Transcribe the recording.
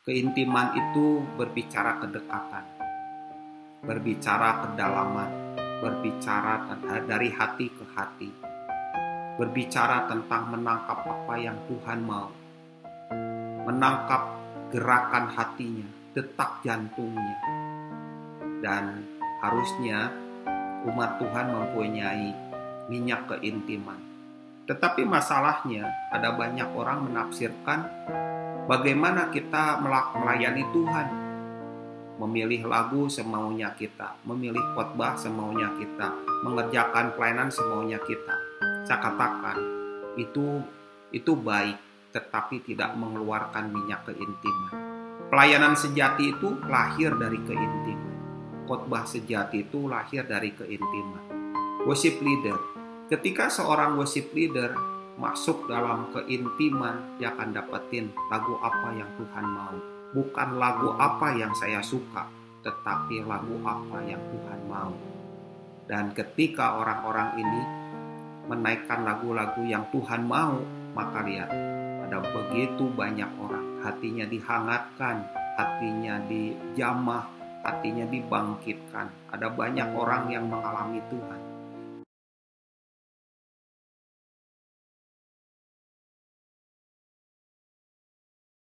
Keintiman itu berbicara kedekatan, berbicara kedalaman, berbicara dari hati ke hati, berbicara tentang menangkap apa yang Tuhan mau, menangkap gerakan hatinya, detak jantungnya. Dan harusnya umat Tuhan mempunyai minyak keintiman. Tetapi masalahnya ada banyak orang menafsirkan bagaimana kita melayani Tuhan. Memilih lagu semaunya kita, memilih khotbah semaunya kita, mengerjakan pelayanan semaunya kita. Saya katakan itu baik, tetapi tidak mengeluarkan minyak keintiman. Pelayanan sejati itu lahir dari keintiman. Khotbah sejati itu lahir dari keintiman. Worship leader, ketika seorang worship leader masuk dalam keintiman, dia akan dapetin lagu apa yang Tuhan mau. Bukan lagu apa yang saya suka, tetapi lagu apa yang Tuhan mau. Dan ketika orang-orang ini menaikkan lagu-lagu yang Tuhan mau, maka lihat, ada begitu banyak orang, hatinya dihangatkan, hatinya dijamah, hatinya dibangkitkan. Ada banyak orang yang mengalami Tuhan.